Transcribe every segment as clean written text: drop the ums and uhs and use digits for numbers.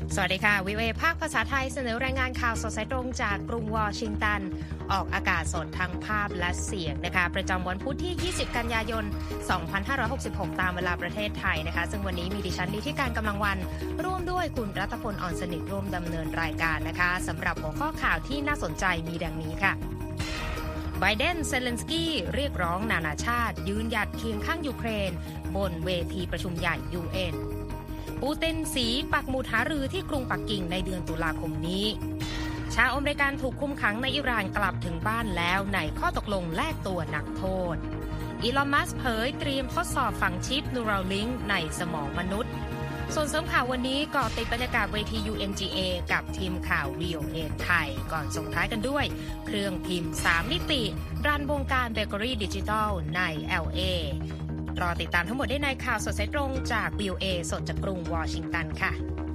สวัสดีค่ะวิวเอภาคภาษาไทยเสนอรายงานข่าวสดสายตรงจากกรุงวอชิงตันออกอากาศสดทั้งภาพและเสียงนะคะประจำวันพุธที่ 20 กันยายน 2566 ตามเวลาประเทศไทยนะคะซึ่งวันนี้มีดิฉันลิธิการกำลังวันร่วมด้วยคุณรัตพลอ่อนสนิทร่วมดำเนินรายการนะคะสำหรับหัวข้อข่าวที่น่าสนใจมีดังนี้ค่ะไบเดนเซเลนสกี้เรียกร้องนานาชาติยืนหยัดเคียงข้างยูเครนบนเวทีประชุมใหญ่ UNปูตินสีปักหมุดหารือที่กรุงปักกิ่งในเดือนตุลาคมนี้ชาวอเมริกันถูกคุมขังในอิหร่านกลับถึงบ้านแล้วในข้อตกลงแลกตัวนักโทษอีลอนมัสก์เผยเตรียมทดสอบฝังชิปนูราลิงก์ในสมองมนุษย์ส่วนเสริมข่าววันนี้เกาะติดบรรยากาศเวที UNGA กับทีมข่าว VOA ไทยก่อนส่งท้ายกันด้วยเครื่องพิมพ์3มิติรันวงการเบเกอรี่ดิจิทัลใน LAรอติดตามทั้งหมดได้ในข่าวสดสายตรงจาก VOA สดจากกรุงวอชิงตันค่ะ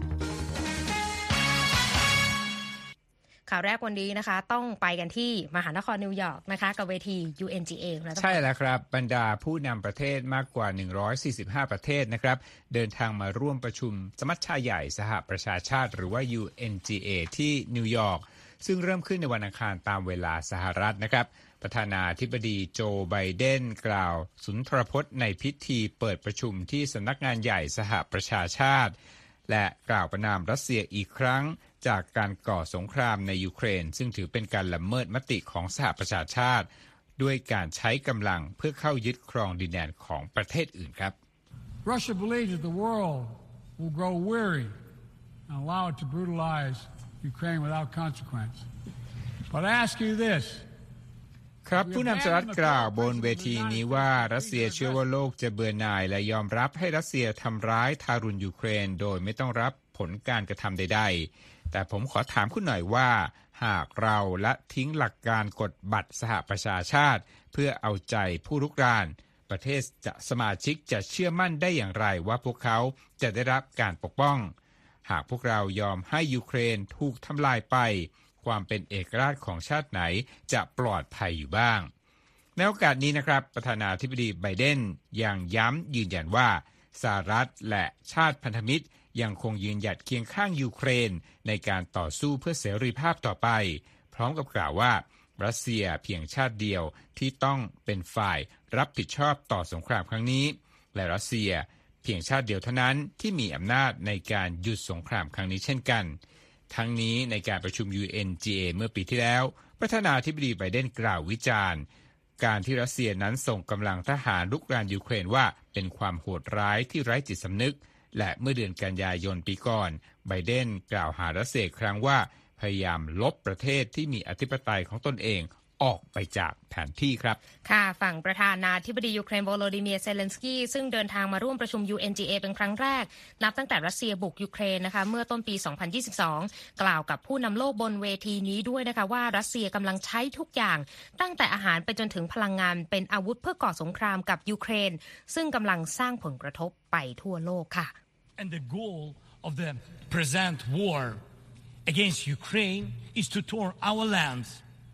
ข่าวแรกวันนี้นะคะต้องไปกันที่มหานครนิวยอร์กนะคะกับเวที UNGA ใช่แล้วครับบรรดาผู้นำประเทศมากกว่า145ประเทศนะครับเดินทางมาร่วมประชุมสมัชชาใหญ่สหประชาชาติหรือว่า UNGA ที่นิวยอร์กซึ่งเริ่มขึ้นในวันอังคารตามเวลาสหรัฐนะครับประธานาธิบดีโจไบเดนกล่าวสุนทรพจน์ในพิธีเปิดประชุมที่สำนักงานใหญ่สหประชาชาติและกล่าวประณามรัสเซียอีกครั้งจากการก่อสงครามในยูเครนซึ่งถือเป็นการละเมิดมติของสหประชาชาติด้วยการใช้กำลังเพื่อเข้ายึดครองดินแดนของประเทศอื่นครับ Russia believes that the world will grow weary and allow it to brutalize Ukraine without consequence. But I ask you thisครับผู้นำสหรัฐกล่าวบนเวทีนี้ว่ารัสเซียเชื่อว่าโลกจะเบื่อหน่ายและยอมรับให้รัสเซียทำร้ายทารุณยูเครนโดยไม่ต้องรับผลการกระทำใดๆแต่ผมขอถามคุณหน่อยว่าหากเราละทิ้งหลักการกฎบัตรสหประชาชาติเพื่อเอาใจผู้รุกรานประเทศสมาชิกจะเชื่อมั่นได้อย่างไรว่าพวกเขาจะได้รับการปกป้องหากพวกเรายอมให้ยูเครนถูกทำลายไปความเป็นเอกราชของชาติไหนจะปลอดภัยอยู่บ้างในโอกาสนี้นะครับประธานาธิบดีไบเดนยังย้ำยืนยันว่าสหรัฐและชาติพันธมิตรยังคงยืนหยัดเคียงข้างยูเครนในการต่อสู้เพื่อเสรีภาพต่อไปพร้อมกับกล่าวว่ารัสเซียเพียงชาติเดียวที่ต้องเป็นฝ่ายรับผิดชอบต่อสงครามครั้งนี้และรัสเซียเพียงชาติเดียวเท่านั้นที่มีอำนาจในการหยุดสงครามครั้งนี้เช่นกันทั้งนี้ในการประชุม UNGA เมื่อปีที่แล้วประธานาธิบดีไบเดนกล่าววิจารณ์การที่รัสเซียนั้นส่งกำลังทหารรุกรานยูเครนว่าเป็นความโหดร้ายที่ไร้จิตสำนึกและเมื่อเดือนกันยายนปีก่อนไบเดนกล่าวหารัสเซียครั้งว่าพยายามลบประเทศที่มีอธิปไตยของตนเองออกไปจากแผนที่ครับค่ะฝั่งประธานาธิบดียูเครนโวโลดิเมียร์เซเลนสกี้ซึ่งเดินทางมาร่วมประชุม UNGA เป็นครั้งแรกนับตั้งแต่รัสเซียบุกยูเครนนะคะเมื่อต้นปี 2022 กล่าวกับผู้นำโลกบนเวทีนี้ด้วยนะคะว่ารัสเซียกำลังใช้ทุกอย่างตั้งแต่อาหารไปจนถึงพลังงานเป็นอาวุธเพื่อก่อสงครามกับยูเครนซึ่งกำลังสร้างผลกระทบไปทั่วโลกค่ะ And the goal of the present war against Ukraine is to turn our lands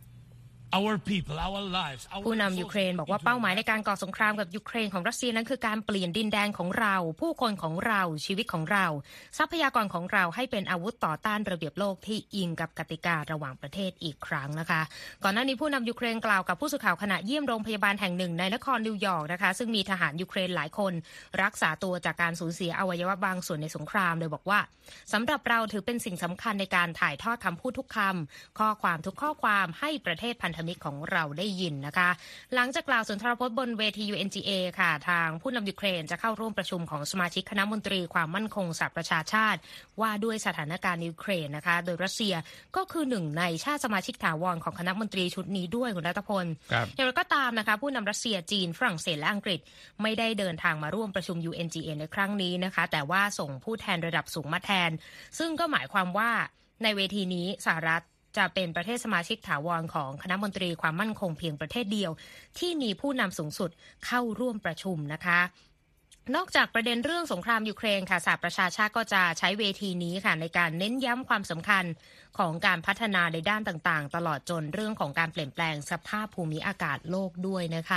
ผู้นำยูเครนบอกว่าเป้าหมายในการก่อสงครามกับยูเครนของรัสเซียนั้นคือการเปลี่ยนดินแดนของเราผู้คนของเราชีวิตของเราทรัพยากรของเราให้เป็นอาวุธต่อต้านระเบียบโลกที่อิงกับกติการะหว่างประเทศอีกครั้งนะคะก่อนหน้านี้ผู้นำยูเครนกล่าวกับผู้สื่อข่าวขณะเยี่ยมโรงพยาบาลแห่งหนึ่งในนครนิวยอร์กนะคะซึ่งมีทหารยูเครนหลายคนรักษาตัวจากการสูญเสียอวัยวะบางส่วนในสงครามโดยบอกว่าสำหรับเราถือเป็นสิ่งสำคัญในการถ่ายทอดคำพูดทุกคำข้อความทุกข้อความให้ประเทศพันธมิตรของเราได้ยินนะคะหลังจากกล่าวสุนทรพจน์บนเวที UNGA ค่ะทางผู้นำยูเครนจะเข้าร่วมประชุมของสมาชิกคณะมนตรีความมั่นคงสหประชาชาติว่าด้วยสถานการณ์ยูเครนนะคะโดยรัสเซียก็คือหนึ่งในชาติสมาชิกถาวรของคณะมนตรีชุดนี้ด้วยคุณรัตพลอย่างไรก็ตามนะคะผู้นำรัสเซียจีนฝรั่งเศสและอังกฤษไม่ได้เดินทางมาร่วมประชุม UNGA ในครั้งนี้นะคะแต่ว่าส่งผู้แทนระดับสูงมาแทนซึ่งก็หมายความว่าในเวทีนี้สหรัฐจะเป็นประเทศสมาชิกถาวรของคณะมนตรีความมั่นคงเพียงประเทศเดียวที่มีผู้นำสูงสุดเข้าร่วมประชุมนะคะนอกจากประเด็นเรื่องสงครามยูเครนค่ะสหประชาชาติก็จะใช้เวทีนี้ค่ะในการเน้นย้ำความสำคัญของการพัฒนาในด้านต่างๆตลอดจนเรื่องของการเปลี่ยนแปลงสภาพภูมิอากาศโลกด้วยนะคะ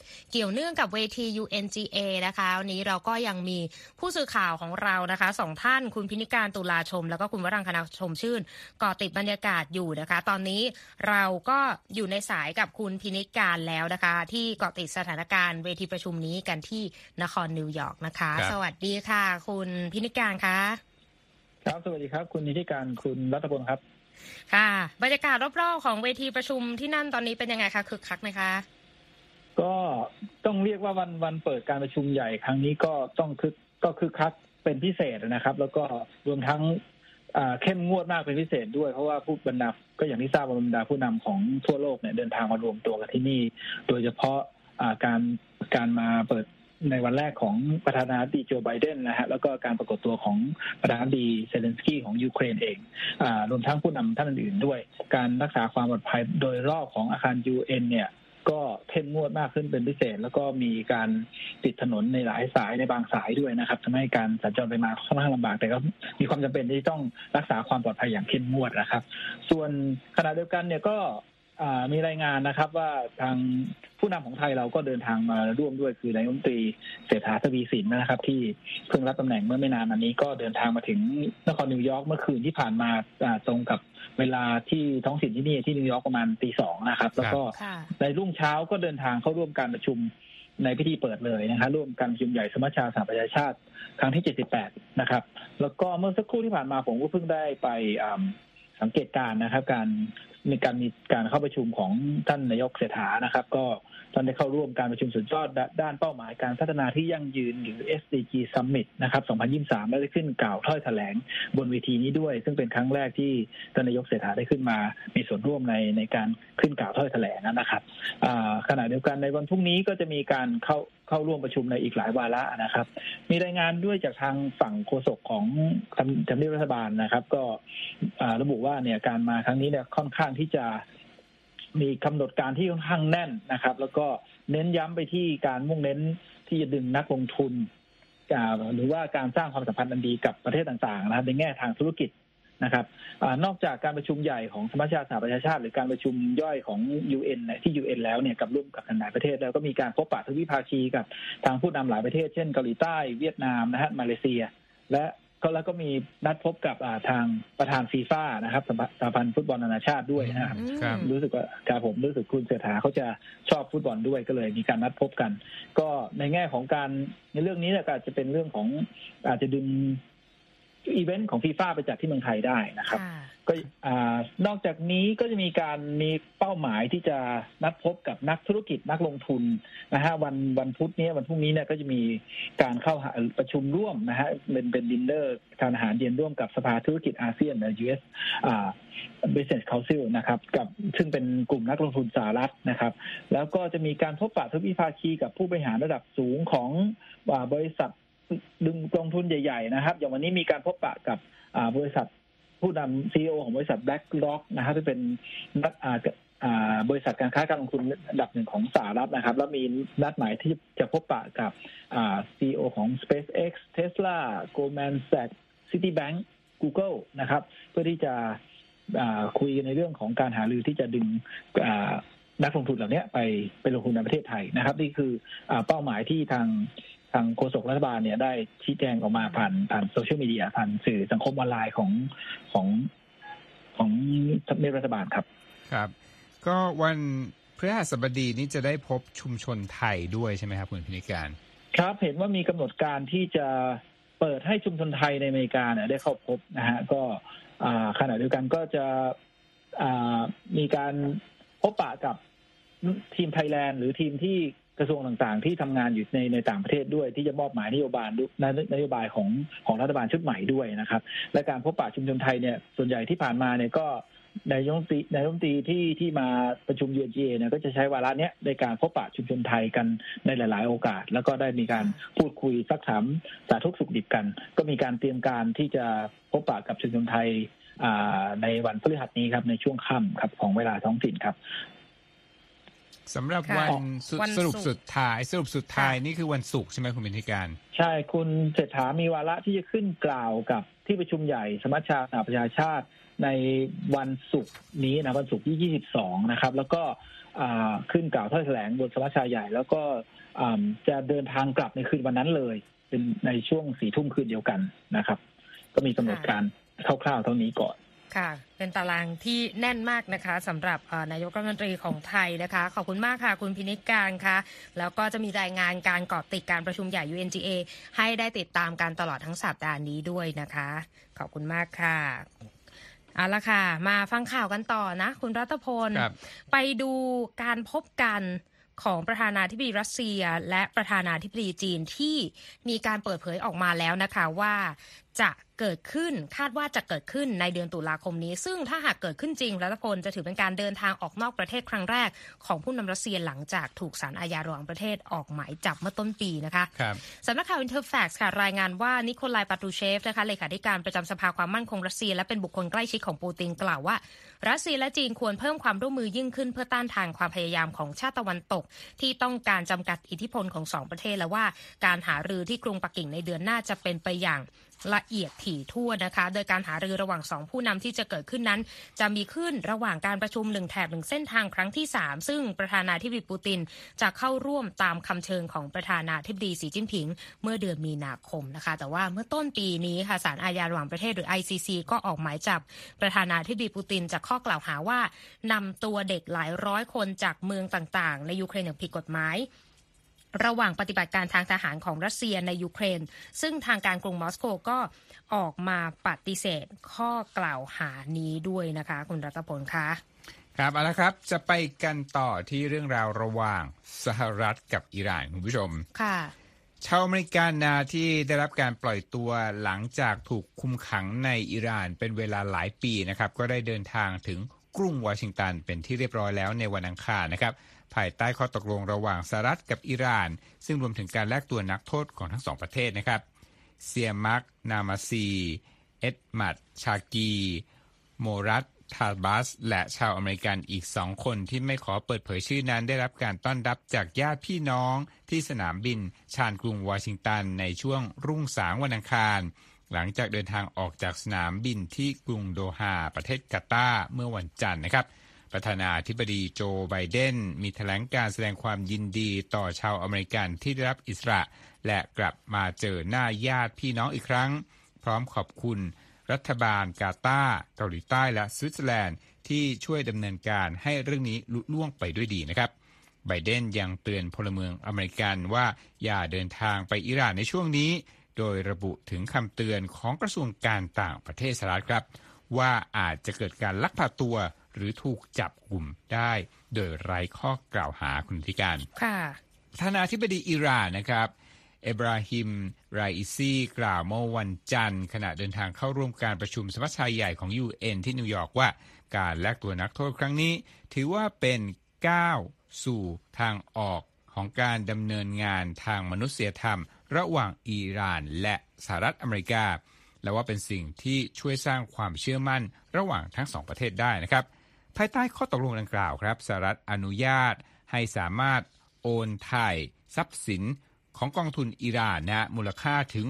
เกี่ยวเนื่องกับเวที UNGA นะคะวันนี้เราก็ยังมีผู้สื่อข่าวของเรานะคะ2ท่านคุณพินิการตุลาชมแล้วก็คุณวรังคณาชมชื่นเกาะติดบรรยากาศอยู่นะคะตอนนี้เราก็อยู่ในสายกับคุณพินิการแล้วนะคะที่เกาะติดสถานการณ์เวทีประชุมนี้กันที่นครนิวยอร์กนะคะสวัสดีค่ะคุณพินิการคะครับสวัสดีครับคุณนิติการคุณรัตพลครับค่ะบรรยากาศรอบๆของเวทีประชุมที่นั่นตอนนี้เป็นยังไงคะคึกคักไหมคะก็ต้องเรียกว่าวันเปิดการประชุมใหญ่ครั้งนี้ก็ต้องคึกคักเป็นพิเศษนะครับแล้วก็รวมทั้งเข้มงวดมากเป็นพิเศษด้วยเพราะว่าผู้บรรดาก็อย่างที่ทราบว่าบรรดาผู้นำของทั่วโลกเนี่ยเดินทางมารวมตัวกันที่นี่โดยเฉพาะการมาเปิดในวันแรกของประธานาธิบดีโจไบเดนนะฮะแล้วก็การปรากฏตัวของประธานาธิบดีเซเลนสกี้ของยูเครนเองรวมทั้งผู้นำท่านอื่นๆด้วยการรักษาความปลอดภัยโดยรอบของอาคาร UN เนี่ยก็เข้มงวดมากขึ้นเป็นพิเศษแล้วก็มีการปิดถนนในหลายสายในบางสายด้วยนะครับทำให้การสัญจรไปมาค่อนข้างลำบากแต่ก็มีความจำเป็นที่ต้องรักษาความปลอดภัยอย่างเข้มงวดนะครับส่วนขณะเดียวกันเนี่ยก็มีรายงานนะครับว่าทางผู้นำของไทยเราก็เดินทางมาร่วมด้วยคือนายกรัฐมนตรีเศรษฐาทวีสินนะครับที่เพิ่งรับตำแหน่งเมื่อไม่นานมานี้ก็เดินทางมาถึงนครนิวยอร์กเมื่อคืนที่ผ่านมาตรงกับเวลาที่ท้องถิ่นที่นี่ที่นิวยอร์กประมาณ 2:00 นะครับแล้วก็ในรุ่งเช้าก็เดินทางเข้าร่วมการประชุมในพิธีเปิดเลยนะครับร่วมการประชุมใหญ่สมัชชาสหประชาชาติครั้งที่78นะครับแล้วก็เมื่อสักครู่ที่ผ่านมาผมก็เพิ่งได้ไปสังเกตการณ์นะครับมีการเข้าประชุมของท่านนายกเศรษฐานะครับก็ท่านได้เข้าร่วมการประชุมสุดยอดด้านเป้าหมายการพัฒนาที่ยั่งยืนหรือ SDG Summit นะครับ2023และได้ขึ้นกล่าวถ้อยแถลงบนเวทีนี้ด้วยซึ่งเป็นครั้งแรกที่ท่านนายกเศรษฐาได้ขึ้นมามีส่วนร่วมในการขึ้นกล่าวถ้อยแถลงนะครับขณะเดียวกันในวันพรุ่งนี้ก็จะมีการเข้าร่วมประชุมในอีกหลายวาระนะครับมีรายงานด้วยจากทางฝั่งโฆษกของทำเนียบรัฐบาลนะครับก็ระบุว่าเนี่ยการมาครั้งนี้เนี่ยค่อนข้างที่จะมีกำหนดการที่ค่อนข้างแน่นนะครับแล้วก็เน้นย้ำไปที่การมุ่งเน้นที่จะดึงนักลงทุนหรือว่าการสร้างความสัมพันธ์อันดีกับประเทศต่างๆนะครับในแง่ทางธุรกิจนะครับนอกจากการประชุมใหญ่ของสมัชชาสหประชาชาติหรือการประชุมย่อยของ UN ที่ UN แล้วเนี่ยกับร่วมกับหลายประเทศแล้วก็มีการพบปะทวิภาคีกับทางผู้นำหลายประเทศเช่นเกาหลีใต้เวียดนามนะฮะมาเลเซียแล้วก็มีนัดพบกับทางประธานฟีฟ่านะครับสหพันธ์ฟุตบอลนานาชาติด้วยนะครับรู้สึกว่าผมรู้สึกคุณเศรษฐาเขาจะชอบฟุตบอลด้วยก็เลยมีการนัดพบกันก็ในแง่ของการในเรื่องนี้เนี่ยก็จะเป็นเรื่องของอาจจะดึงอีเวนต์ของฟีฟ่าไปจัดที่เมืองไทยได้นะครับก็นอกจากนี้ก็จะมีเป้าหมายที่จะนัดพบกับนักธุรกิจนักลงทุนนะฮะวันพุธนี้วันพรุ่งนี้เนี่ยก็จะมีการเข้าประชุมร่วมนะฮะเป็นดินเนอร์ทานอาหารเย็นร่วมกับสภาธุรกิจอาเซียนUS Business Council นะครับกับซึ่งเป็นกลุ่มนักลงทุนสหรัฐนะครับแล้วก็จะมีการพบปะทวิภาคีกับผู้บริหารระดับสูงของบริษัทดึงลงทุนใหญ่ๆนะครับอย่างวันนี้มีการพบปะกับบริษัทผู้นำ CEO ของบริษัท BlackRock นะครับที่เป็นบริษัทการค้าการลงทุนอันดับหนึ่งของสหรัฐนะครับแล้วมีนัดหมายที่จะพบปะกับCEO ของ SpaceX Tesla Goldman Sachs Citibank Google นะครับเพื่อที่จะคุยในเรื่องของการหารือที่จะดึงนักลงทุนเหล่านี้ไปลงทุนในประเทศไทยนะครับนี่คือเป้าหมายที่ทางโฆษกรัฐบาลเนี่ยได้ชี้แจงออกมาผ่านโซเชียลมีเดียผ่านสื่อสังคมออนไลน์ของทำเนียบรัฐบาลครับครับก็วันพฤหัสบดีนี้จะได้พบชุมชนไทยด้วยใช่ไหมครับคุณพินิการครับเห็นว่ามีกำหนดการที่จะเปิดให้ชุมชนไทยในอเมริกาเนี่ยได้เข้าพบนะฮะก็ขณะเดียวกันก็จะมีการพบปะกับทีมไทยแลนด์หรือทีมที่กระทรวงต่างๆที่ทำงานอยู่ในต่างประเทศด้วยที่จะมอบหมายนโยบายของรัฐบาลชุดใหม่ด้วยนะครับและการพบปะชุมชนไทยเนี่ยส่วนใหญ่ที่ผ่านมาเนี่ยก็นายกรัฐมนตรีที่มาประชุม UNGA เนี่ยก็จะใช้วาระเนี้ยในการพบปะชุมชนไทยกันในหลายๆโอกาสแล้วก็ได้มีการพูดคุยซักถามสาธุสุขดิบกันก็มีการเตรียมการที่จะพบปะกับชุมชนไทยในวันพฤหัสนี้ครับในช่วงค่ำครับของเวลาท้องถิ่นครับสำหรับวันสรุปสุดท้ายนี่คือวันศุกร์ใช่ไหมคุณพินิการใช่คุณเศรษฐามีวาระที่จะขึ้นกล่าวกับที่ประชุมใหญ่สมัชชาสหประชาชาติในวันศุกร์นี้นะวันศุกร์ที่22นะครับแล้วก็ขึ้นกล่าวถ้อยแถลงบนสมัชชาใหญ่แล้วก็จะเดินทางกลับในคืนวันนั้นเลยเป็นในช่วง 4 ทุ่มคืนเดียวกันนะครับก็มีกำหนดการคร่าวๆเท่านี้ก่อนค่ะเป็นตารางที่แน่นมากนะคะสำหรับนายกรัฐมนตรีของไทยนะคะขอบคุณมากค่ะคุณพินิจการค่ะแล้วก็จะมีรายงานการเกาะติดการประชุมใหญ่ UNGA ให้ได้ติดตามกันตลอดทั้งสัปดาห์นี้ด้วยนะคะขอบคุณมากค่ะเอาละค่ะมาฟังข่าวกันต่อนะคุณรัตพลไปดูการพบกันของประธานาธิบดีรัสเซียและประธานาธิบดีจีนที่มีการเปิดเผยออกมาแล้วนะคะว่าจะเกิดขึ้นคาดว่าจะเกิดขึ้นในเดือนตุลาคมนี้ซึ่งถ้าหากเกิดขึ้นจริงรัตพลจะถือเป็นการเดินทางออกนอกประเทศครั้งแรกของผู้นำรัสเซียหลังจากถูกศาลอาญาระหว่างประเทศออกหมายจับเมื่อต้นปีนะคะสำนักข่าว Interfax ค่ะรายงานว่านิโคลายปาตรูเชฟนะคะเลขาธิการประจำสภาความมั่นคงรัสเซียและเป็นบุคคลใกล้ชิดของปูตินกล่าวว่ารัสเซียและจีนควรเพิ่มความร่วมมือยิ่งขึ้นเพื่อต้านทานความพยายามของชาติตะวันตกที่ต้องการจำกัดอิทธิพลของ2ประเทศและว่าการหารือที่กรุงปักกิ่งในเดือนหน้าจะเป็นไปอย่างละเอียดถี่ถ้วนนะคะโดยการหารือระหว่าง2ผู้นำที่จะเกิดขึ้นนั้นจะมีขึ้นระหว่างการประชุม1แถบ1เส้นทางครั้งที่3ซึ่งประธานาธิบดีปูตินจะเข้าร่วมตามคำเชิญของประธานาธิบดีสีจิ้นผิงเมื่อเดือนมีนาคมนะคะแต่ว่าเมื่อต้นปีนี้ค่ะศาลอาญาระหว่างประเทศหรือ ICC ก็ออกหมายจับประธานาธิบดีปูตินจากข้อกล่าวหาว่านำตัวเด็กหลายร้อยคนจากเมืองต่างๆในยูเครนอย่างผิดกฎหมายระหว่างปฏิบัติการทางทหารของรัสเซียในยูเครนซึ่งทางการกรุงมอสโกก็ออกมาปฏิเสธข้อกล่าวหานี้ด้วยนะคะคุณรัตพลคะครับเอาละครับจะไปกันต่อที่เรื่องราวระหว่างสหรัฐกับอิหร่านคุณผู้ชมค่ะชาวอเมริกันที่ได้รับการปล่อยตัวหลังจากถูกคุมขังในอิหร่านเป็นเวลาหลายปีนะครับก็ได้เดินทางถึงกรุงวอชิงตันเป็นที่เรียบร้อยแล้วในวันอังคารนะครับภายใต้ข้อตกลงระหว่างสหรัฐกับอิหร่านซึ่งรวมถึงการแลกตัวนักโทษของทั้งสองประเทศนะครับเซียมักนามาซีเอ็ดมัดชากีโมรัตทาบัสและชาวอเมริกันอีก2คนที่ไม่ขอเปิดเผยชื่อนั้นได้รับการต้อนรับจากญาติพี่น้องที่สนามบินชานกรุงวอชิงตันในช่วงรุ่งสางวันอังคารหลังจากเดินทางออกจากสนามบินที่กรุงโดฮาประเทศกาตาร์เมื่อวันจันทร์นะครับประธานาธิบดีโจไบเดนมีแถลงการแสดงความยินดีต่อชาวอเมริกันที่ได้รับอิสระและกลับมาเจอหน้าญาติพี่น้องอีกครั้งพร้อมขอบคุณรัฐบาลกาตาร์เกาหลีใต้และสวิตเซอร์แลนด์ที่ช่วยดำเนินการให้เรื่องนี้ลุล่วงไปด้วยดีนะครับไบเดนยังเตือนพลเมืองอเมริกันว่าอย่าเดินทางไปอิหร่านในช่วงนี้โดยระบุถึงคำเตือนของกระทรวงการต่างประเทศสหรัฐครับว่าอาจจะเกิดการลักพาตัวหรือถูกจับกลุ่มได้โดยไร้ข้อกล่าวหาคุณธิการค่ะประธานาธิบดีอิหร่านนะครับเอบราฮิมไรอิซีกล่าวเมื่อวันจันทร์ขณะเดินทางเข้าร่วมการประชุมสมัชชาใหญ่ของ UN ที่นิวยอร์กว่าการแลกตัวนักโทษครั้งนี้ถือว่าเป็นก้าวสู่ทางออกของการดำเนินงานทางมนุษยธรรมระหว่างอิหร่านและสหรัฐอเมริกาและว่าเป็นสิ่งที่ช่วยสร้างความเชื่อมั่นระหว่างทั้งสองประเทศได้นะครับภายใต้ข้อตกลงดังกล่าวครับสหรัฐอนุญาตให้สามารถโอนถ่ายทรัพย์สินของกองทุนอิหร่านมูลค่าถึง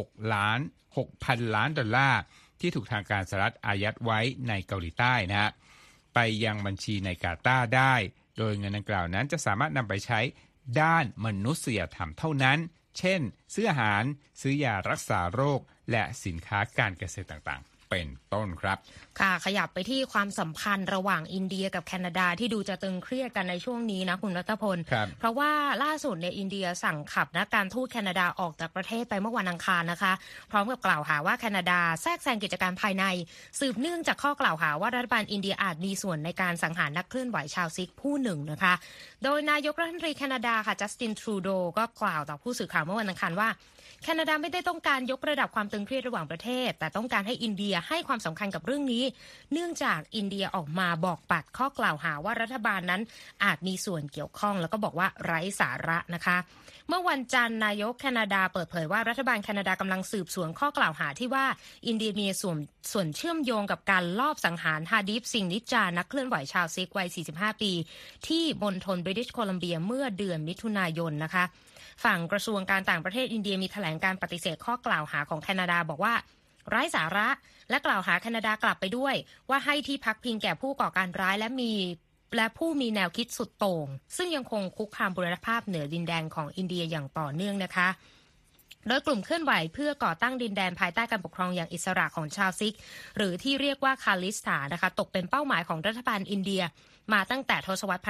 6,000 ล้านดอลลาร์ที่ถูกทางการสหรัฐอายัดไว้ในเกาหลีใต้ไปยังบัญชีในกาตาร์ได้โดยเงินดังกล่าวนั้นจะสามารถนำไปใช้ด้านมนุษยธรรมเท่านั้นเช่นซื้ออาหารซื้อยารักษาโรคและสินค้าการเกษตรต่างๆเป็นต้นครับค่ะขยับไปที่ความสัมพันธ์ระหว่างอินเดียกับแคนาดาที่ดูจะตึงเครียดกันในช่วงนี้นะคุณรัตพลเพราะว่าล่าสุดในอินเดียสั่งขับนักการทูตแคนาดาออกจากประเทศไปเมื่อวันอังคารนะคะพร้อมกับกล่าวหาว่าแคนาดาแทรกแซงกิจการภายในสืบเนื่องจากข้อกล่าวหาว่ารัฐบาลอินเดียอาจมีส่วนในการสังหารนักเคลื่อนไหวชาวซิกผู้หนึ่งนะคะโดยนายกรัฐมนตรีแคนาดาค่ะจัสตินทรูโดก็กล่าวต่อผู้สื่อข่าวเมื่อวันอังคารว่าแคนาดาไม่ได้ต้องการยกระดับความตึงเครียดระหว่างประเทศแต่ต้องการให้อินเดียให้ความสำคัญกับเรื่องนี้เนื่องจากอินเดียออกมาบอกปัดข้อกล่าวหาว่ารัฐบาลนั้นอาจมีส่วนเกี่ยวข้องแล้วก็บอกว่าไร้สาระนะคะเมื่อวันจันทร์นายกแคนาดาเปิดเผยว่ารัฐบาลแคนาดากำลังสืบสวนข้อกล่าวหาที่ว่าอินเดียมีส่วนเชื่อมโยงกับการลอบสังหารฮาดิฟซิงนิจานักเคลื่อนไหวชาวซิกวัย45 ปีที่มณฑลบริติชโคลัมเบียเมื่อเดือนมิถุนายนนะคะฝั่งกระทรวงการต่างประเทศอินเดียมีแถลงการปฏิเสธข้อกล่าวหาของแคนาดาบอกว่าไร้สาระและกล่าวหาแคนาดากลับไปด้วยว่าให้ที่พักพิงแก่ผู้ก่อการร้ายและมีและผู้มีแนวคิดสุดโต่งซึ่งยังคงคุกคามบูรณภาพเหนือดินแดนของอินเดียอย่างต่อเนื่องนะคะโดยกลุ่มเคลื่อนไหวเพื่อก่อตั้งดินแดนภายใต้การปกครองอย่างอิสระของชาวซิกหรือที่เรียกว่าคาลิสถานนะคะตกเป็นเป้าหมายของรัฐบาลอินเดียมาตั้งแต่ทศวรรษ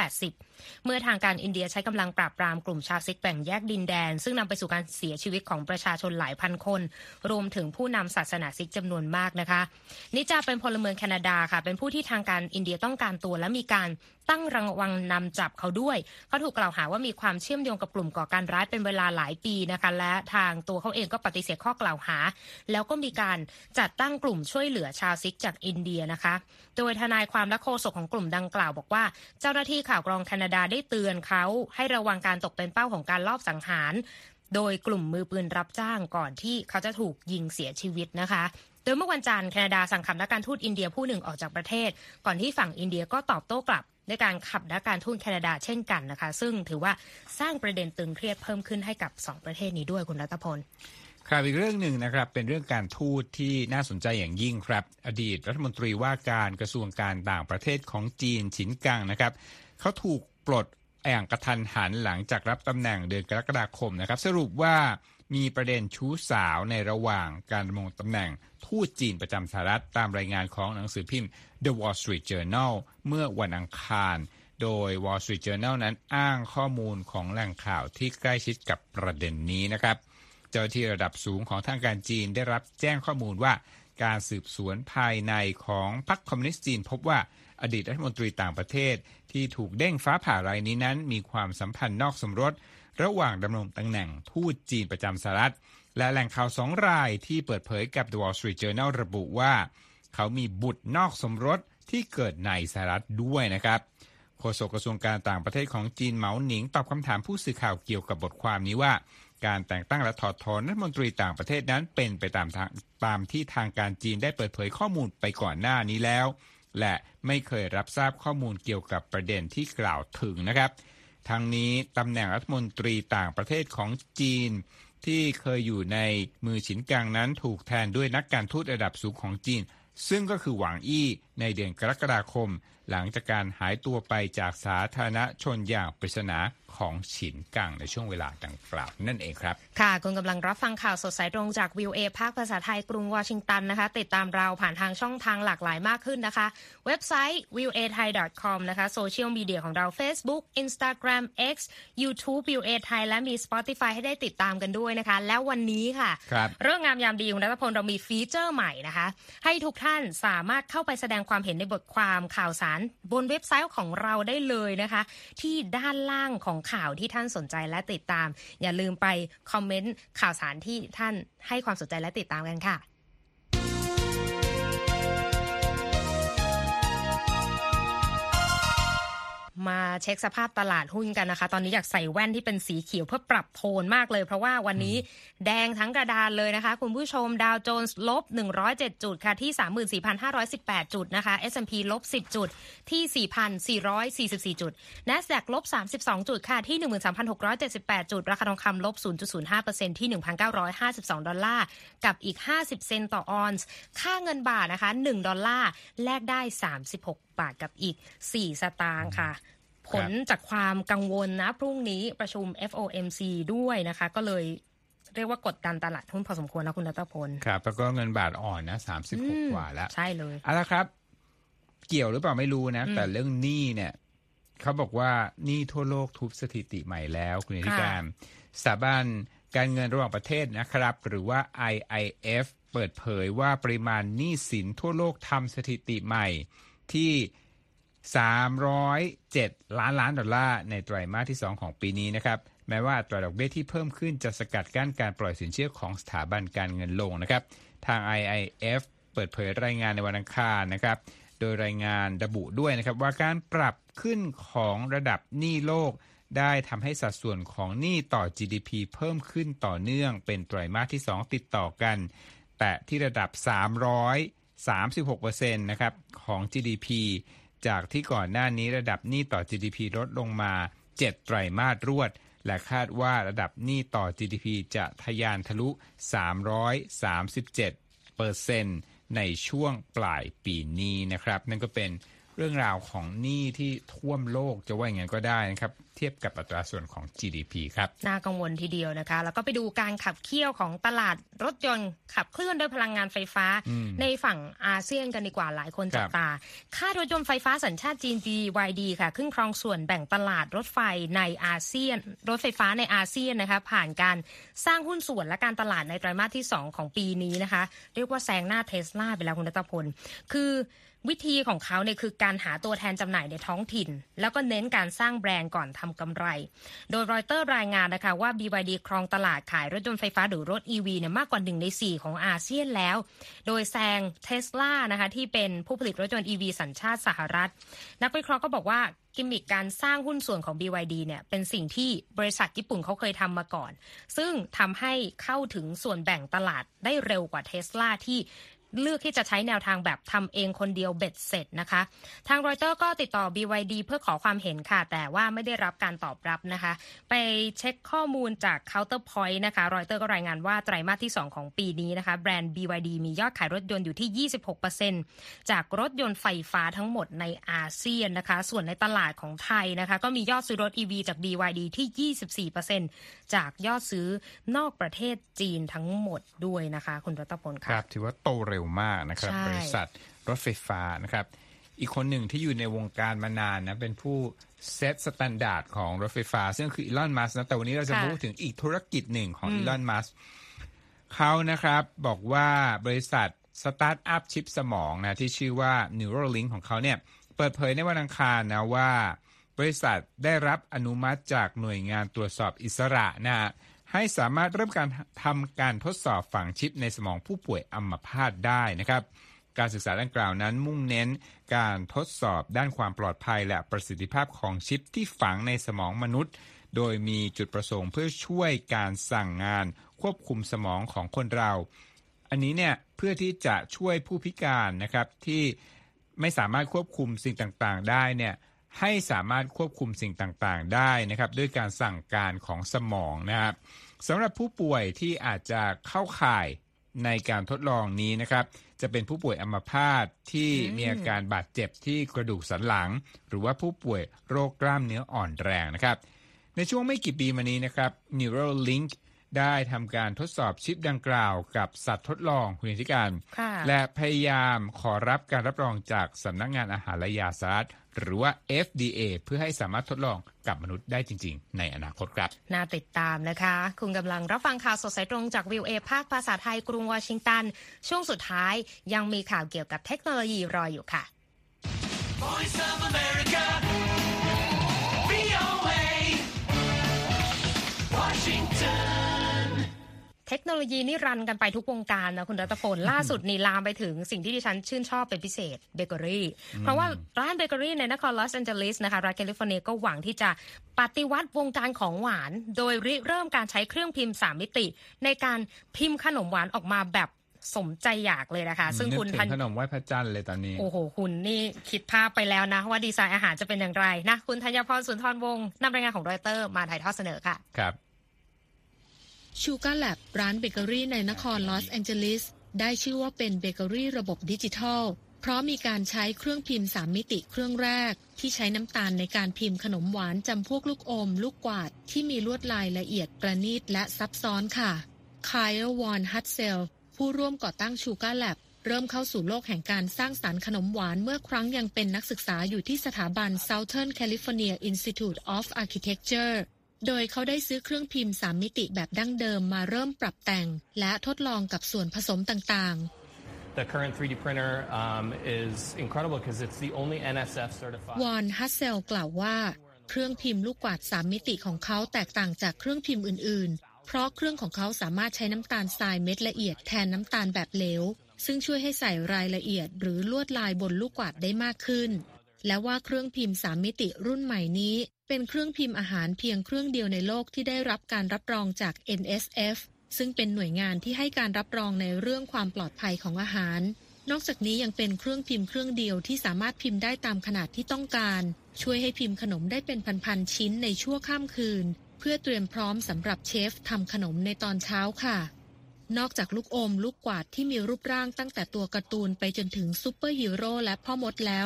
1980 เมื่อทางการอินเดียใช้กำลังปราบปรามกลุ่มชาวซิกแบ่งแยกดินแดนซึ่งนำไปสู่การเสียชีวิตของประชาชนหลายพันคนรวมถึงผู้นำศาสนาซิกจำนวนมากนะคะนิจาเป็นพลเมืองแคนาดาค่ะเป็นผู้ที่ทางการอินเดียต้องการตัวและมีการตั้งรางวัลนำจับเขาด้วยเขาถูกกล่าวหาว่ามีความเชื่อมโยงกับกลุ่มก่อการร้ายเป็นเวลาหลายปีนะคะและทางตัวเขาเองก็ปฏิเสธข้อกล่าวหาแล้วก็มีการจัดตั้งกลุ่มช่วยเหลือชาวซิกจากอินเดียนะคะโดยทนายความและโฆษกของกลุ่มดังกล่าวบอกว่าเจ้าหน้าที่ข่าวกรองแคนาดาได้เตือนเขาให้ระวังการตกเป็นเป้าของการลอบสังหารโดยกลุ่มมือปืนรับจ้างก่อนที่เขาจะถูกยิงเสียชีวิตนะคะโดยเมื่อวันจันทร์แคนาดาสั่งขับนักการทูตอินเดียผู้หนึ่งออกจากประเทศก่อนที่ฝั่งอินเดียก็ตอบโต้กลับในการขับนักการทูตแคนาดาเช่นกันนะคะซึ่งถือว่าสร้างประเด็นตึงเครียดเพิ่มขึ้นให้กับ2ประเทศนี้ด้วยคุณรัตพลครับอีกเรื่องหนึ่งนะครับเป็นเรื่องการทูตที่น่าสนใจอย่างยิ่งครับอดีตรัฐมนตรีว่าการกระทรวงการต่างประเทศของจีนฉินกังนะครับเขาถูกปลดอย่างกระทันหันหลังจากรับตำแหน่งเดือนกรกฎาคมนะครับสรุปว่ามีประเด็นชู้สาวในระหว่างการดำรงตำแหน่งทูตจีนประจำสหรัฐตามรายงานของหนังสือพิมพ์ The Wall Street Journal เมื่อวันอังคารโดย Wall Street Journal นั้นอ้างข้อมูลของแหล่งข่าวที่ใกล้ชิดกับประเด็นนี้นะครับเจ้าหน้าที่ระดับสูงของทางการจีนได้รับแจ้งข้อมูลว่าการสืบสวนภายในของพรรคคอมมิวนิสต์จีนพบว่าอดีตรัฐมนตรีต่างประเทศที่ถูกเด้งฟ้าผ่ารายนี้นั้นมีความสัมพันธ์นอกสมรสระหว่างดำรงตำแหน่งทูตจีนประจำสหรัฐและแหล่งข่าว2รายที่เปิดเผยกับ The Wall Street Journal ระบุว่าเขามีบุตรนอกสมรสที่เกิดในสหรัฐด้วยนะครับโฆษกกระทรวงการต่างประเทศของจีนเหมาหนิงตอบคำถามผู้สื่อข่าวเกี่ยวกับบทความนี้ว่าการแต่งตั้งและถอดถอนรัฐมนตรีต่างประเทศนั้นเป็นไปตามที่ทางการจีนได้เปิดเผยข้อมูลไปก่อนหน้านี้แล้วและไม่เคยรับทราบข้อมูลเกี่ยวกับประเด็นที่กล่าวถึงนะครับทั้งนี้ตำแหน่งรัฐมนตรีต่างประเทศของจีนที่เคยอยู่ในมือฉินกังนั้นถูกแทนด้วยนักการทูตระดับสูงของจีนซึ่งก็คือหวังอี้ในเดือนกรกฎาคมหลังจากการหายตัวไปจากสาธารณชนอย่างปริศนาของฉินกังในช่วงเวลาดังกล่าวนั่นเองครับค่ะคุณกำลังรับฟังข่าวสดสายตรงจาก VOA ภาคภาษาไทยกรุงวอชิงตันนะคะติดตามเราผ่านทางช่องทางหลากหลายมากขึ้นนะคะเว็บไซต์ voathai.com นะคะโซเชียลมีเดียของเรา Facebook Instagram X YouTube VOA Thai และมี Spotify ให้ได้ติดตามกันด้วยนะคะแล้ววันนี้ค่ะเรื่องงามยามดีคุณรัตพลเรามีฟีเจอร์ใหม่นะคะให้ทุกท่านสามารถเข้าไปแสดงความเห็นในบทความข่าวสารบนเว็บไซต์ของเราได้เลยนะคะที่ด้านล่างของข่าวที่ท่านสนใจและติดตามอย่าลืมไปคอมเมนต์ข่าวสารที่ท่านให้ความสนใจและติดตามกันค่ะมาเช็คสภาพตลาดหุ้นกันนะคะตอนนี้อยากใส่แว่นที่เป็นสีเขียวเพื่อปรับโทนมากเลยเพราะว่าวันนี้แดงทั้งกระดานเลยนะคะคุณผู้ชมดาวโจนส์ลบ107จุดค่ะที่ 34,518 จุดนะคะ S&P ลบ10จุดที่ 4,444 จุด NASDAQ ลบ32จุดค่ะที่ 13,678 จุดราคาทองคำลบ 0.05% ที่ 1,952 ดอลลาร์กับอีก50เซนต์ต่อออนซ์ค่าเงินบาทนะคะ1ดอลลาร์แลกได้36บาทกับอีก4สตางค์ค่ะผลจากความกังวลนะพรุ่งนี้ประชุม FOMC ด้วยนะคะก็เลยเรียกว่ากดดันตลาดหุ้นพอสมควรนะคุณรัตพลครับแล้วก็เงินบาทอ่อนนะ36กว่าแล้วใช่เลยเอาละครับเกี่ยวหรือเปล่าไม่รู้นะแต่เรื่องหนี้เนี่ยเขาบอกว่าหนี้ทั่วโลกทุบสถิติใหม่แล้วคุณนิติการสถาบันการเงินระหว่างประเทศนะครับหรือว่า IIF เปิดเผยว่าปริมาณหนี้สินทั่วโลกทำสถิติใหม่ที่307ล้านดอลลาร์ในไตรมาสที่2ของปีนี้นะครับแม้ว่าอัตราดอกเบี้ยที่เพิ่มขึ้นจะสกัดกั้นการปล่อยสินเชื่อของสถาบันการเงินลงนะครับทาง IIF เปิดเผยรายงานในวันอังคารนะครับโดยรายงานระบุด้วยนะครับว่าการปรับขึ้นของระดับหนี้โลกได้ทำให้สัดส่วนของหนี้ต่อ GDP เพิ่มขึ้นต่อเนื่องเป็นไตรมาสที่2ติดต่อกันแต่ที่ระดับ336% นะครับของ GDPจากที่ก่อนหน้านี้ระดับหนี้ต่อ GDP ลดลงมา7ไตรมาสรวดและคาดว่าระดับหนี้ต่อ GDP จะทะยานทะลุ337%ในช่วงปลายปีนี้นะครับนั่นก็เป็นเรื่องราวของหนี้ที่ท่วมโลกจะว่าอย่างไงก็ได้นะครับเทียบกับอัตราส่วนของ GDP ครับน่ากังวลทีเดียวนะคะแล้วก็ไปดูการขับเคี่ยวของตลาดรถยนต์ขับเคลื่อนด้วยพลังงานไฟฟ้าในฝั่งอาเซียนกันดีกว่าหลายคนจับตาค่ารถยนต์ไฟฟ้าสัญชาติจีน BYD ค่ะขึ้นครองส่วนแบ่งตลาดรถไฟในอาเซียนรถไฟฟ้าในอาเซียนนะคะผ่านการสร้างหุ้นส่วนและการตลาดในไตรมาสที่2ของปีนี้นะคะเรียกว่าแซงหน้า Tesla ไปแล้วคุณรัตพลคือวิธีของเขาเนี่ยคือการหาตัวแทนจำหน่ายในท้องถิ่นแล้วก็เน้นการสร้างแบรนด์ก่อนทำกำไรโดยรอยเตอร์รายงานนะคะว่า BYD ครองตลาดขายรถยนต์ไฟฟ้าหรือรถ EV เนี่ยมากกว่า1ใน4ของอาเซียนแล้วโดยแซง Tesla นะคะที่เป็นผู้ผลิตรถยนต์ EV สัญชาติสหรัฐนักวิเคราะห์ก็บอกว่ากิมมิคการสร้างหุ้นส่วนของ BYD เนี่ยเป็นสิ่งที่บริษัทญี่ปุ่นเขาเคยทำมาก่อนซึ่งทำให้เข้าถึงส่วนแบ่งตลาดได้เร็วกว่า Tesla ที่เลือกที่จะใช้แนวทางแบบทำเองคนเดียวเบ็ดเสร็จนะคะทางรอยเตอร์ก็ติดต่อ BYD เพื่อขอความเห็นค่ะแต่ว่าไม่ได้รับการตอบรับนะคะไปเช็คข้อมูลจาก Counterpoint นะคะรอยเตอร์ก็รายงานว่าไตรมาสที่2ของปีนี้นะคะแบรนด์ BYD มียอดขายรถยนต์อยู่ที่ 26% จากรถยนต์ไฟฟ้าทั้งหมดในอาเซียนนะคะส่วนในตลาดของไทยนะคะก็มียอดซื้อรถ EV จาก BYD ที่ 24% จากยอดซื้อนอกประเทศจีนทั้งหมดด้วยนะคะคุณรัตพลครับถือว่าโตเร็วมากนะครับบริษัทรถไฟฟ้านะครับอีกคนหนึ่งที่อยู่ในวงการมานานนะเป็นผู้เซตสแตนดาร์ดของรถไฟฟ้าซึ่งคืออีลอนมัสก์นะแต่วันนี้เราจะพูดถึงอีกธุรกิจหนึ่งของอีลอนมัสก์เขานะครับบอกว่าบริษัทสตาร์ทอัพชิปสมองนะที่ชื่อว่า Neuralink ของเขาเนี่ยเปิดเผยในวันอังคารนะว่าบริษัทได้รับอนุมัติจากหน่วยงานตรวจสอบอิสระนะให้สามารถเริ่มการทำการทดสอบฝังชิปในสมองผู้ป่วยอัมพาตได้นะครับการศึกษาดังกล่าวนั้นมุ่งเน้นการทดสอบด้านความปลอดภัยและประสิทธิภาพของชิปที่ฝังในสมองมนุษย์โดยมีจุดประสงค์เพื่อช่วยการสั่งงานควบคุมสมองของคนเราอันนี้เนี่ยเพื่อที่จะช่วยผู้พิการนะครับที่ไม่สามารถควบคุมสิ่งต่างๆได้เนี่ยให้สามารถควบคุมสิ่งต่างๆได้นะครับด้วยการสั่งการของสมองนะครับสำหรับผู้ป่วยที่อาจจะเข้าข่ายในการทดลองนี้นะครับจะเป็นผู้ป่วยอัมพาตที่มีอาการบาดเจ็บที่กระดูกสันหลังหรือว่าผู้ป่วยโรคกล้ามเนื้ออ่อนแรงนะครับในช่วงไม่กี่ปีมานี้นะครับ Neuralink ได้ทำการทดสอบชิปดังกล่าวกับสัตว์ทดลองคุณธิการและพยายามขอรับการรับรองจากสำนักงานอาหารและยาสหรัฐหรือว่า FDA เพื่อให้สามารถทดลองกับมนุษย์ได้จริงๆในอนาคตครับน่าติดตามนะคะคุณกำลังรับฟังข่าวสดสายตรงจาก VOA ภาคภาษาไทยกรุงวอชิงตันช่วงสุดท้ายยังมีข่าวเกี่ยวกับเทคโนโลยีรออยู่ค่ะ Voice of America VOA Washingtonเทคโนโลยีนี่รันกันไปทุกวงการนะคุณรัตพล ล่าสุดนี่ลามไปถึงสิ่งที่ดิฉันชื่นชอบเป็นพิเศษเบเกอรี่เพราะว่าร้านเบเกอรี่ในนครลอสแอนเจลิสนะคะรัฐแคลิฟอร์เนียก็หวังที่จะปฏิวัติวงการของหวานโดยเริ่มการใช้เครื่องพิมพ์3มิติในการพิมพ์ขนมหวานออกมาแบบสมใจอยากเลยนะคะซึ่งคุณขนมไหว้พระจันทร์เลยตอนนี้โอ้โหคุณนี่คิดภาพไปแล้วนะว่าดีไซน์อาหารจะเป็นอย่างไรนะคุณธัญพรสุนทรวงศ์นำรายงานของรอยเตอร์มาถ่ายทอดเสนอค่ะครับชูการ์แลบร้านเบเกอรี่ในนครลอสแอนเจลิสได้ชื่อว่าเป็นเบเกอรี่ระบบดิจิทัลเพราะมีการใช้เครื่องพิมพ์3มิติเครื่องแรกที่ใช้น้ำตาลในการพิมพ์ขนมหวานจำพวกลูกอมลูกกวาดที่มีลวดลายละเอียดประณีตและซับซ้อนค่ะไคลวอนฮัตเซลผู้ร่วมก่อตั้งชูการ์แลบเริ่มเข้าสู่โลกแห่งการสร้างสรรค์ขนมหวานเมื่อครั้งยังเป็นนักศึกษาอยู่ที่สถาบัน Southern California Institute of Architectureโดยเขาได้ซื้อเครื่องพิมพ์3มิติแบบดั้งเดิมมาเริ่มปรับแต่งและทดลองกับส่วนผสมต่างๆ The current 3D printer is incredible because it's the only NSF certified วอนฮัสเซลกล่าวว่าเครื่องพิมพ์ลูกกวาด3มิติของเขาแตกต่างจากเครื่องพิมพ์อื่นๆเพราะเครื่องของเขาสามารถใช้น้ำตาลทรายเม็ดละเอียดแทนน้ำตาลแบบเหลวซึ่งช่วยให้ใส่รายละเอียดหรือลวดลายบนลูกกวาดได้มากขึ้นและว่าเครื่องพิมพ์3มิติรุ่นใหม่นี้เป็นเครื่องพิมพ์อาหารเพียงเครื่องเดียวในโลกที่ได้รับการรับรองจาก NSF ซึ่งเป็นหน่วยงานที่ให้การรับรองในเรื่องความปลอดภัยของอาหารนอกจากนี้ยังเป็นเครื่องพิมพ์เครื่องเดียวที่สามารถพิมพ์ได้ตามขนาดที่ต้องการช่วยให้พิมพ์ขนมได้เป็นพันๆชิ้นในชั่วข้ามคืนเพื่อเตรียมพร้อมสำหรับเชฟทำขนมในตอนเช้าค่ะนอกจากลูกอมลูกกวาดที่มีรูปร่างตั้งแต่ตัวการ์ตูนไปจนถึงซูเปอร์ฮีโร่และพ่อมดแล้ว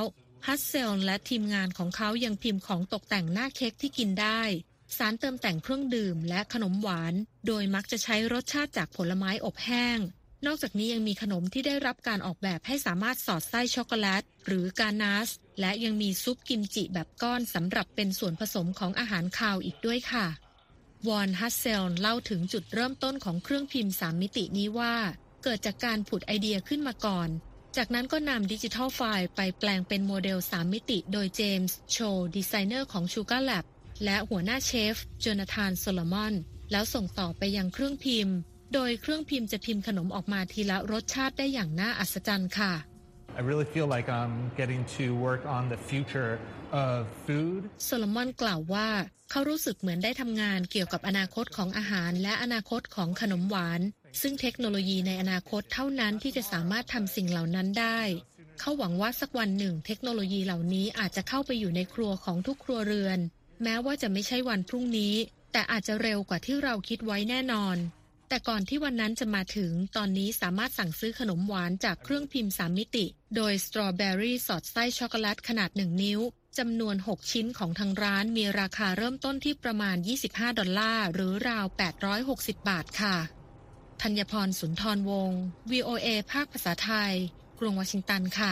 ฮัสเซลและทีมงานของเขายังพิมพ์ของตกแต่งหน้าเค้กที่กินได้สารเติมแต่งเครื่องดื่มและขนมหวานโดยมักจะใช้รสชาติจากผลไม้อบแห้งนอกจากนี้ยังมีขนมที่ได้รับการออกแบบให้สามารถสอดไส้ช็อกโกแลตหรือกานาชและยังมีซุปกิมจิแบบก้อนสำหรับเป็นส่วนผสมของอาหารคาวอีกด้วยค่ะวอนฮัสเซลเล่าถึงจุดเริ่มต้นของเครื่องพิมพ์3มิตินี้ว่าเกิดจากการผุดไอเดียขึ้นมาก่อนจากนั้นก็นำดิจิทัลไฟล์ไปแปลงเป็นโมเดล3มิติโดยเจมส์โชดีไซเนอร์ของ Sugar Lab และหัวหน้าเชฟโจนาธานโซโลมอนแล้วส่งต่อไปยังเครื่องพิมพ์โดยเครื่องพิมพ์จะพิมพ์ขนมออกมาทีละรสชาติได้อย่างน่าอัศจรรย์ค่ะ I really feel like I'm getting to work on the future of food โซโลมอนกล่าวว่าเขารู้สึกเหมือนได้ทำงานเกี่ยวกับอนาคตของอาหารและอนาคตของขนมหวานซึ่งเทคโนโลยีในอนาคตเท่านั้นที่จะสามารถทำสิ่งเหล่านั้นได้เขาหวังว่าสักวันหนึ่งเทคโนโลยีเหล่านี้อาจจะเข้าไปอยู่ในครัวของทุกครัวเรือนแม้ว่าจะไม่ใช่วันพรุ่งนี้แต่อาจจะเร็วกว่าที่เราคิดไว้แน่นอนแต่ก่อนที่วันนั้นจะมาถึงตอนนี้สามารถสั่งซื้อขนมหวานจากเครื่องพิมพ์3มิติโดยสตรอเบอรี่สอดไส้ช็อกโกแลตขนาด1นิ้วจำนวน6ชิ้นของทางร้านมีราคาเริ่มต้นที่ประมาณ$25หรือราว860 บาทค่ะธัญพรสุนทรวงศ์ VOA ภาคภาษาไทยกรุงวอชิงตันค่ะ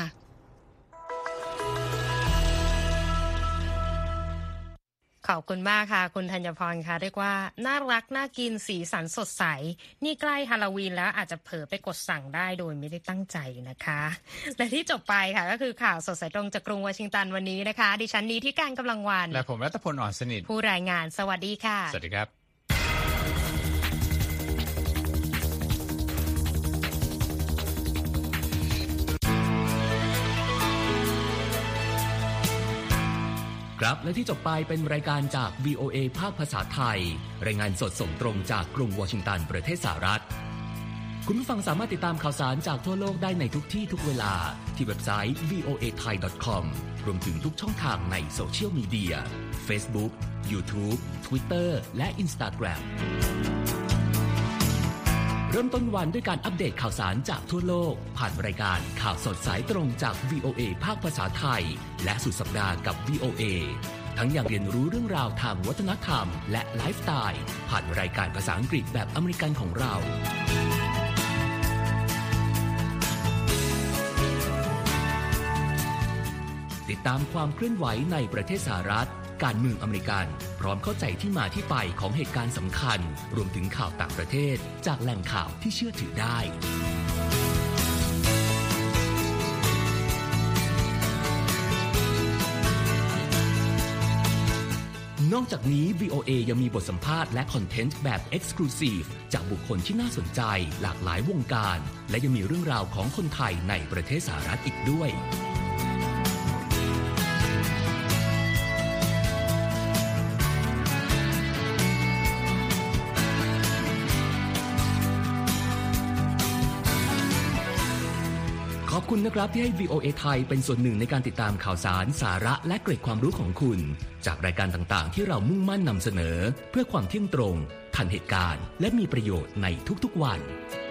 ขอบคุณมากค่ะคุณธัญพรค่ะเรียกว่าน่ารักน่ากินสีสันสดใสนี่ใกล้ฮาโลวีนแล้วอาจจะเผลอไปกดสั่งได้โดยไม่ได้ตั้งใจนะคะและที่จบไปค่ะก็คือข่าวสดสายตรงจากกรุงวอชิงตันวันนี้นะคะดิฉันนี้ที่การกำลังวันและผมรัตพลอ่อนสนิทผู้รายงานสวัสดีค่ะสวัสดีครับครับและที่จบไปเป็นรายการจาก VOA ภาคภาษาไทยรายงานสดส่งตรงจากกรุงวอชิงตันประเทศสหรัฐคุณผู้ฟังสามารถติดตามข่าวสารจากทั่วโลกได้ในทุกที่ทุกเวลาที่เว็บไซต์ voathai.com รวมถึงทุกช่องทางในโซเชียลมีเดีย Facebook, YouTube, Twitter และ Instagram เริ่มต้นวันด้วยการอัปเดตข่าวสารจากทั่วโลกผ่านรายการข่าวสดสายตรงจาก VOA ภาคภาษาไทยและสุดสัปดาห์กับ VOA ทั้งยังเรียนรู้เรื่องราวทางวัฒนธรรมและไลฟ์สไตล์ผ่านรายการภาษาอังกฤษแบบอเมริกันของเราติดตามความเคลื่อนไหวในประเทศสหรัฐการเมืองอเมริกันพร้อมเข้าใจที่มาที่ไปของเหตุการณ์สำคัญรวมถึงข่าวต่างประเทศจากแหล่งข่าวที่เชื่อถือได้นอกจากนี้ VOA ยังมีบทสัมภาษณ์และคอนเทนต์แบบ Exclusive จากบุคคลที่น่าสนใจหลากหลายวงการและยังมีเรื่องราวของคนไทยในประเทศสหรัฐอีกด้วยขอบคุณนะครับที่ให้ VOA ไทยเป็นส่วนหนึ่งในการติดตามข่าวสารสาระและเกร็ดความรู้ของคุณจากรายการต่างๆที่เรามุ่งมั่นนำเสนอเพื่อความเที่ยงตรงทันเหตุการณ์และมีประโยชน์ในทุกๆวัน